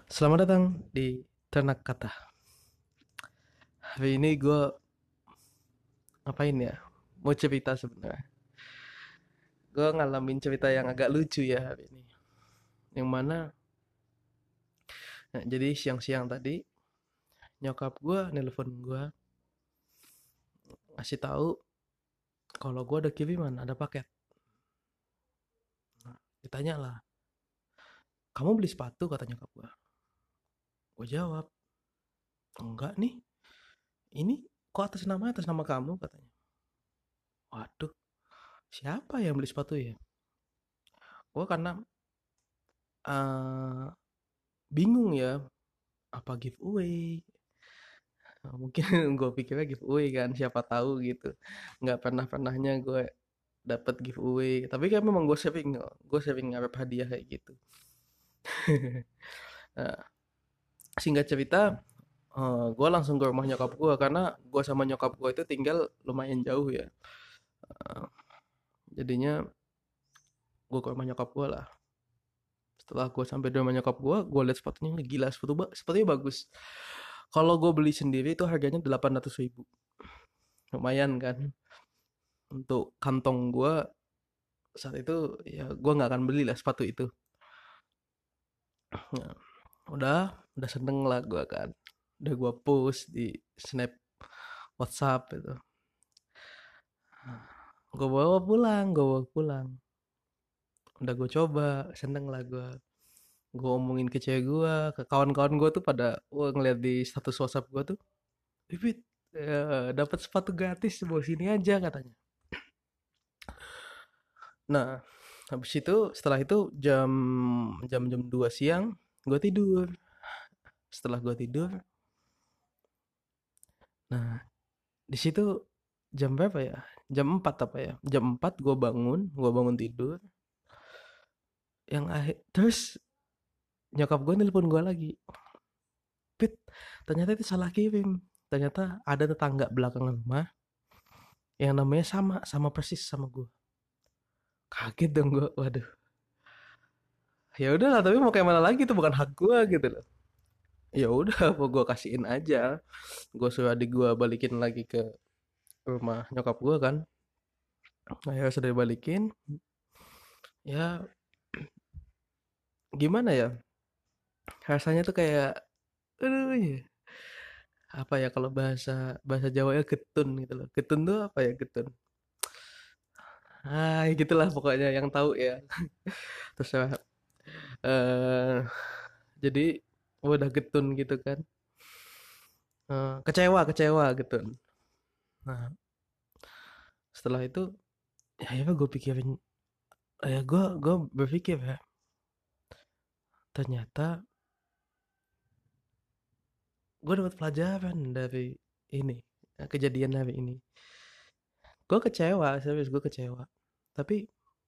Selamat datang di Ternak Kata. Hari ini gue ngapain ya? Mau cerita sebenarnya. Gue ngalamin cerita yang agak lucu ya hari ini. Yang mana, nah, jadi siang-siang tadi nyokap gue nelpon gue ngasih tahu kalau gue ada kiriman, ada paket. Ditanya lah, kamu beli sepatu kata nyokap gue. Gue jawab, enggak nih. Ini kok atas nama kamu katanya. Waduh, siapa yang beli sepatu ya? Gue karena eh, bingung ya, apa giveaway. Nah, mungkin gue pikirnya giveaway kan, siapa tahu gitu. Nggak pernahnya gue dapet giveaway. Tapi kan memang gue saving ngarep hadiah kayak gitu. Nah, singkat cerita, gue langsung ke rumah nyokap gue karena gue sama nyokap gue itu tinggal lumayan jauh ya. Jadinya gue ke rumah nyokap gue lah. Setelah gue sampai di rumah nyokap gue lihat sepatunya gila, sepatunya bagus. Kalau gue beli sendiri itu harganya 800.000. Lumayan kan untuk kantong gue saat itu, ya gue nggak akan beli lah sepatu itu. Nah, udah seneng lah gue kan, udah gue post di snap WhatsApp itu, gue bawa pulang, udah gue coba, seneng lah gue omongin ke cewek gue, ke kawan-kawan gue tuh pada wah ngeliat di status WhatsApp gue tuh, Pipit, dapat sepatu gratis bawa sini aja katanya. Nah, habis itu setelah itu jam jam jam 2 siang gue tidur. Setelah gue tidur, nah di situ jam berapa ya? Jam 4 apa ya? Jam 4 gue bangun tidur. Terus nyokap gue nelpon gue lagi. Pit, ternyata itu salah kirim. Ternyata ada tetangga belakang rumah yang namanya sama persis sama gue. Kaget dong gue, waduh. Ya udahlah, tapi mau kayak mana lagi, itu bukan hak gue gitu loh. Ya udah, mau gue kasihin aja. Gue suruh adik gue balikin lagi ke rumah nyokap gue kan. Akhirnya sudah dibalikin. Ya gimana ya? Rasanya tuh kayak, aduh ya. Apa ya kalau bahasa bahasa Jawanya getun gitu loh. Getun tuh apa ya getun? Ah, ya gitulah pokoknya yang tahu ya. Terus jadi udah getun gitu kan. Kecewa, kecewa getun. Nah, setelah itu ya gue pikirin, gue berpikir ya, ternyata gue dapat pelajaran dari ini, kejadian hari ini. Gue kecewa, serius gue kecewa. Tapi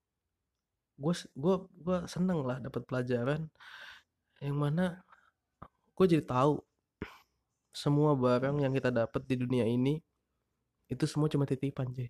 gue seneng lah dapat pelajaran yang mana gue jadi tahu semua barang yang kita dapat di dunia ini itu semua cuma titipan, Jay.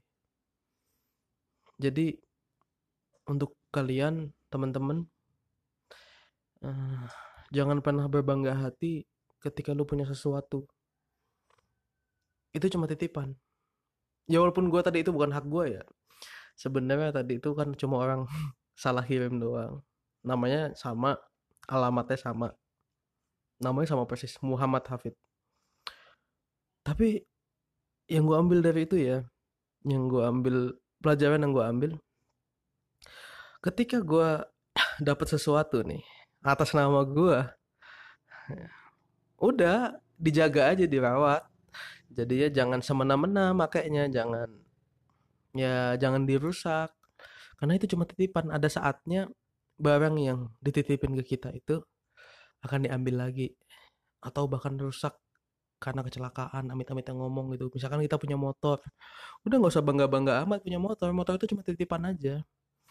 Jadi untuk kalian teman-teman, eh, jangan pernah berbangga hati ketika lu punya sesuatu. Itu cuma titipan. Ya walaupun gue tadi itu bukan hak gue ya. Sebenarnya tadi itu kan cuma orang salah kirim doang. Namanya sama, alamatnya sama. Namanya sama persis, Muhammad Hafid. Tapi yang gue ambil dari itu ya, pelajaran yang gue ambil, ketika gue dapat sesuatu nih atas nama gue, udah dijaga aja, dirawat. Jadi ya jangan semena-mena makainya, jangan dirusak. Karena itu cuma titipan. Ada saatnya barang yang dititipin ke kita itu akan diambil lagi atau bahkan rusak karena kecelakaan, amit-amit yang ngomong gitu. Misalkan kita punya motor, udah nggak usah bangga-bangga amat punya motor. Motor itu cuma titipan aja.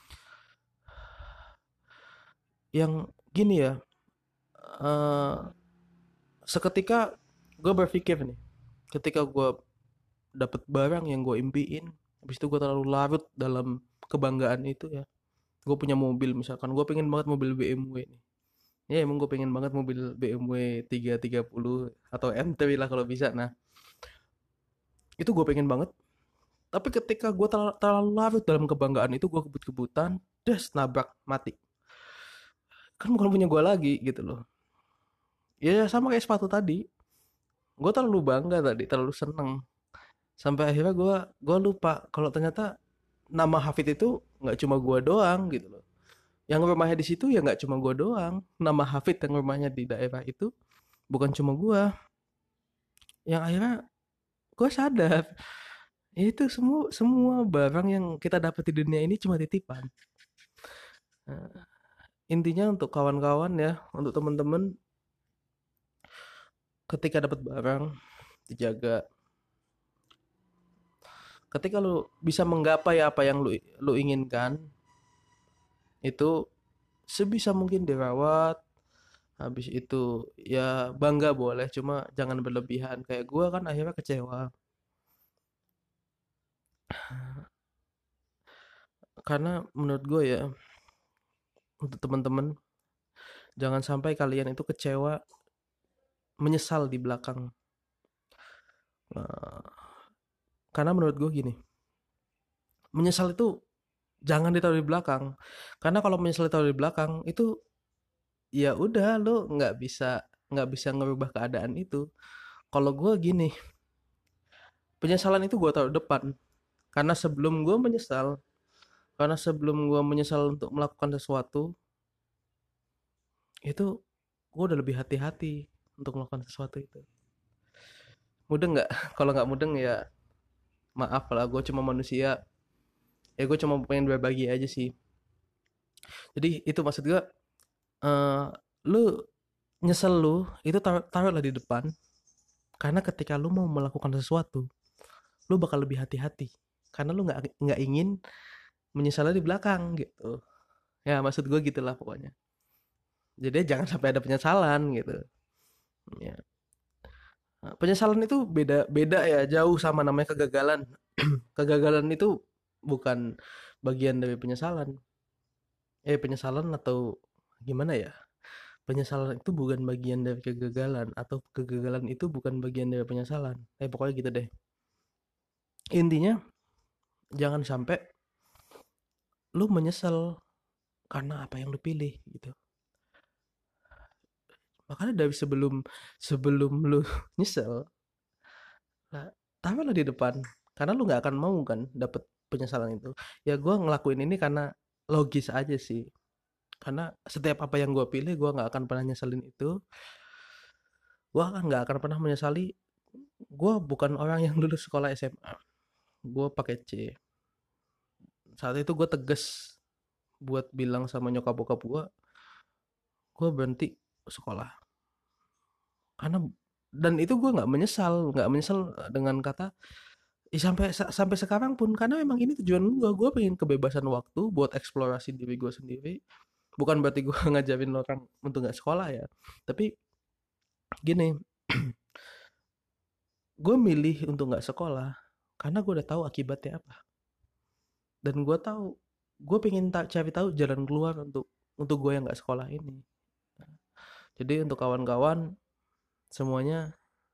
Yang gini ya, eh seketika gue berpikir nih, ketika gue dapet barang yang gue impiin, habis itu gue terlalu larut dalam kebanggaan itu ya. Gue punya mobil misalkan, gue pengen banget mobil BMW nih. Ya emang gue pengen banget mobil BMW 330 atau M3 lah kalau bisa. Nah, itu gue pengen banget. Tapi ketika gue terlalu larut dalam kebanggaan itu, gue kebut-kebutan, des nabrak mati. Kan bukan punya gue lagi gitu loh. Ya sama kayak sepatu tadi. Gue terlalu bangga tadi, terlalu seneng. Sampai akhirnya gue lupa kalau ternyata nama Hafid itu nggak cuma gue doang gitu loh. Yang rumahnya di situ ya nggak cuma gue doang. Nama Hafid yang rumahnya di daerah itu bukan cuma gue. Yang akhirnya gue sadar itu semua semua barang yang kita dapat di dunia ini cuma titipan. Nah, intinya untuk kawan-kawan ya, untuk teman-teman, ketika dapat barang dijaga. Ketika lu bisa menggapai apa yang lu inginkan, itu sebisa mungkin dirawat. Habis itu ya bangga boleh, cuma jangan berlebihan. Kayak gue kan akhirnya kecewa karena menurut gue ya, untuk teman-teman, jangan sampai kalian itu kecewa, menyesal di belakang. Nah, karena menurut gue gini, menyesal itu jangan ditaruh di belakang. Karena kalau menyesal ditaruh di belakang itu ya udah lo nggak bisa ngerubah keadaan itu. Kalau gue gini, penyesalan itu gue taruh depan. Karena sebelum gue menyesal, karena sebelum gue menyesal untuk melakukan sesuatu, itu gue udah lebih hati-hati untuk melakukan sesuatu itu. Mudeng nggak? Kalau nggak mudeng ya maaf lah, gue cuma manusia. Ya gue cuma pengen berbagi aja sih. Jadi itu maksud gue, eh lu nyesel lu itu taruhlah di depan. Karena ketika lu mau melakukan sesuatu, lu bakal lebih hati-hati. Karena lu nggak ingin menyesalnya di belakang gitu. Ya maksud gue gitulah pokoknya. Jadi jangan sampai ada penyesalan gitu. Ya. Nah, penyesalan itu beda beda ya, jauh sama namanya kegagalan. Kegagalan itu bukan bagian dari penyesalan. Penyesalan atau gimana ya? Penyesalan itu bukan bagian dari kegagalan atau kegagalan itu bukan bagian dari penyesalan. Pokoknya gitu deh. Intinya jangan sampai lu menyesal karena apa yang lu pilih gitu. Makanya dari sebelum sebelum lu nyesel, nah, taruhlah di depan. Karena lu nggak akan mau kan dapet penyesalan itu. Ya gue ngelakuin ini karena logis aja sih. Karena setiap apa yang gue pilih, gue nggak akan pernah nyeselin itu. Gue kan nggak akan pernah menyesali. Gue bukan orang yang lulus sekolah SMA. Gue pakai C. Saat itu gue tegas buat bilang sama nyokap bokap gue berhenti sekolah. Karena dan itu gue nggak menyesal dengan kata sampai sekarang pun, karena memang ini tujuan gue pengen kebebasan waktu buat eksplorasi diri gue sendiri. Bukan berarti gue ngajarin orang untuk nggak sekolah ya, tapi gini, gue milih untuk nggak sekolah karena gue udah tahu akibatnya apa, dan gue pengen cari tahu jalan keluar untuk gue yang nggak sekolah ini. Jadi untuk kawan-kawan semuanya,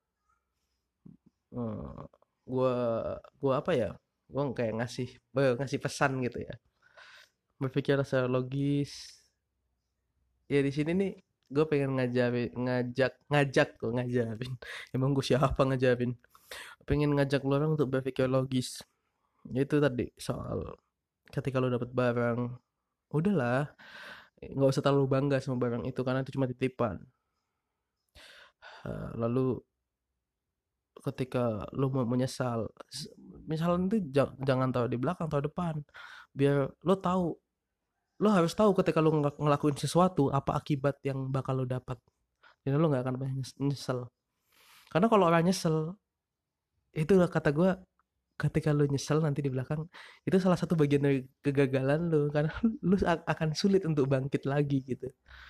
eh, gue gue apa ya, gue kayak ngasih pesan gitu ya, berpikir secara logis. Ya di sini nih gue pengen ngajak kok ngajarin. Emang gue siapa ngajarin? Pengen ngajak lu orang untuk berpikir logis. Itu tadi soal ketika lu dapat barang, udahlah, nggak usah terlalu bangga sama barang itu karena itu cuma titipan. Lalu ketika lu mau menyesal, misalnya itu jangan taruh di belakang, taruh depan. Biar lo tahu, lo harus tahu ketika lo ngelakuin sesuatu apa akibat yang bakal lo dapat. Jadi lo nggak akan pernah nyesel. Karena kalau orang nyesel, itu kata gue, ketika lo nyesel nanti di belakang, itu salah satu bagian dari kegagalan lo. Karena lo akan sulit untuk bangkit lagi gitu.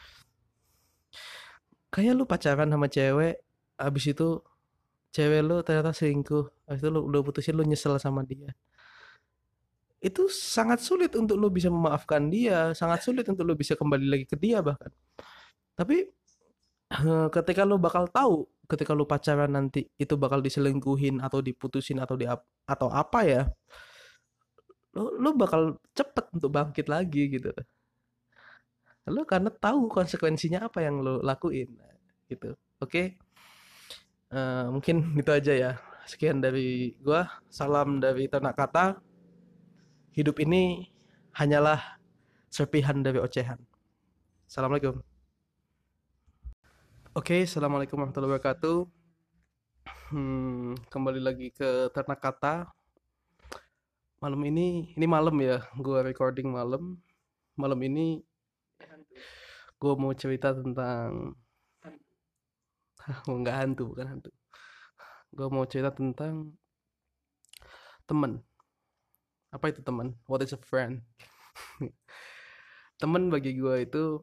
Kayak lo pacaran sama cewek, abis itu cewek lo ternyata selingkuh, abis itu lo udah putusin, lo nyesel sama dia. Itu sangat sulit untuk lo bisa memaafkan dia, sangat sulit untuk lo bisa kembali lagi ke dia bahkan. Tapi ketika lu bakal tahu, ketika lu pacaran nanti itu bakal diselingkuhin atau diputusin atau atau apa ya, lu bakal cepet untuk bangkit lagi gitu. Lu karena tahu konsekuensinya apa yang lu lakuin gitu. Oke. Mungkin itu aja ya. Sekian dari gua. Salam dari Ternak Kata. Hidup ini hanyalah serpihan dari ocehan. Assalamualaikum. Oke, assalamualaikum warahmatullahi wabarakatuh. Kembali lagi ke Ternak Kata. Malam ini malam ya. Gua recording malam. Malam ini gua mau cerita tentang nggak hantu, bukan hantu. Gua mau cerita tentang teman. Apa itu teman? What is a friend? Teman bagi gua itu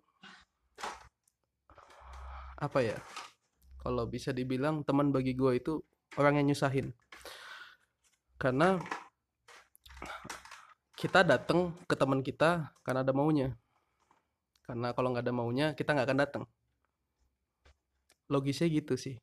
apa ya? Kalau bisa dibilang teman bagi gue itu orang yang nyusahin. Karena kita datang ke teman kita karena ada maunya. Karena kalau nggak ada maunya, kita nggak akan datang. Logisnya gitu sih.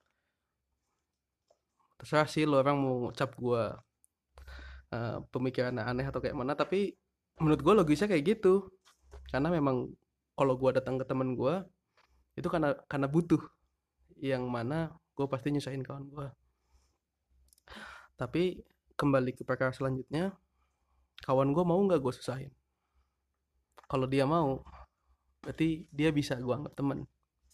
Terserah sih lo orang mau cap gue pemikiran aneh atau kayak mana. Tapi menurut gue logisnya kayak gitu. Karena memang kalau gue datang ke teman gue, itu karena butuh. Yang mana gue pasti nyusahin kawan gue. Tapi kembali ke perkara selanjutnya, kawan gue mau nggak gue susahin? Kalau dia mau, berarti dia bisa gue anggap teman.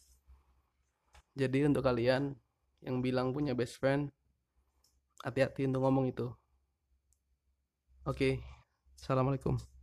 Jadi untuk kalian yang bilang punya best friend, hati-hati untuk ngomong itu. Oke, assalamualaikum.